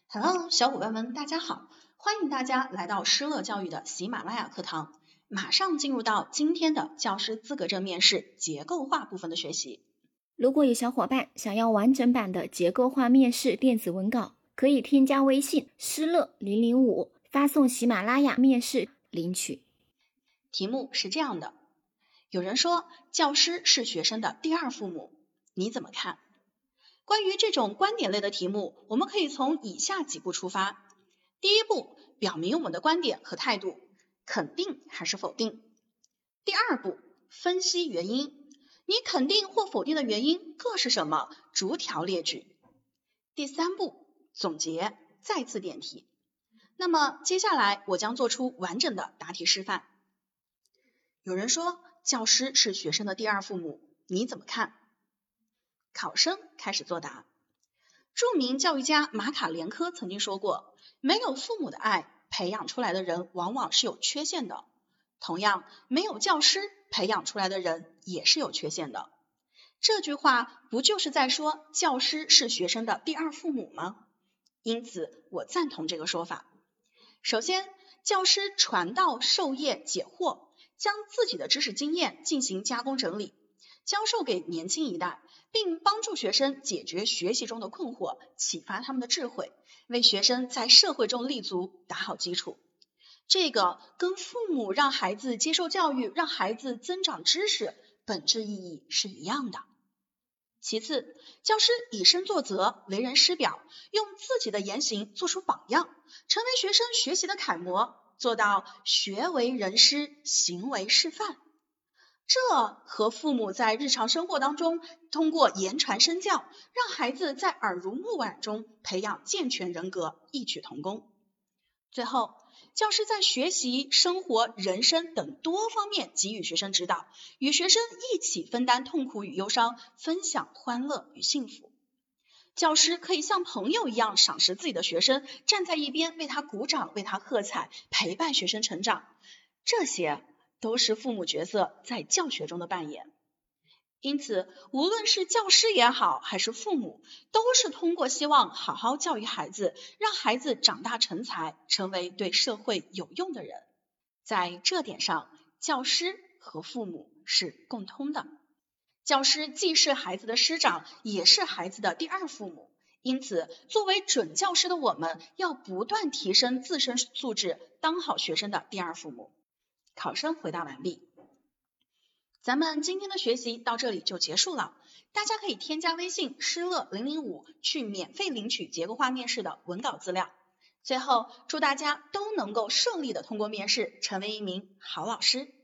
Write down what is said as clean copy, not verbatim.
Hello， 小伙伴们，大家好！欢迎大家来到施乐教育的喜马拉雅课堂，马上进入到今天的教师资格证面试结构化部分的学习。 如果有小伙伴想要完整版的结构化面试电子文稿，可以添加微信施乐005，发送喜马拉雅面试领取。 题目是这样的，有人说教师是学生的第二父母，你怎么看？关于这种观点类的题目，我们可以从以下几步出发。第一步，表明我们的观点和态度，肯定还是否定。第二步，分析原因，你肯定或否定的原因各是什么，逐条列举。第三步，总结，再次点题。那么接下来我将做出完整的答题示范。有人说教师是学生的第二父母，你怎么看？考生开始作答。著名教育家马卡连科曾经说过，没有父母的爱，培养出来的人往往是有缺陷的。同样，没有教师，培养出来的人也是有缺陷的。这句话不就是在说教师是学生的第二父母吗？因此，我赞同这个说法。首先，教师传道授业解惑，将自己的知识经验进行加工整理，教授给年轻一代，并帮助学生解决学习中的困惑，启发他们的智慧，为学生在社会中立足打好基础。这个跟父母让孩子接受教育，让孩子增长知识，本质意义是一样的。其次，教师以身作则，为人师表，用自己的言行做出榜样，成为学生学习的楷模，做到学为人师，行为示范。这和父母在日常生活当中通过言传身教，让孩子在耳濡目染中培养健全人格异曲同工。最后，教师在学习、生活、人生等多方面给予学生指导，与学生一起分担痛苦与忧伤，分享欢乐与幸福。教师可以像朋友一样赏识自己的学生，站在一边为他鼓掌，为他喝彩，陪伴学生成长。这些都是父母角色在教学中的扮演。因此，无论是教师也好，还是父母，都是通过希望好好教育孩子，让孩子长大成才，成为对社会有用的人。在这点上，教师和父母是共通的。教师既是孩子的师长，也是孩子的第二父母。因此，作为准教师的我们，要不断提升自身素质，当好学生的第二父母。考生回答完毕。咱们今天的学习到这里就结束了，大家可以添加微信施乐005去免费领取结构化面试的文稿资料。最后，祝大家都能够顺利的通过面试，成为一名好老师。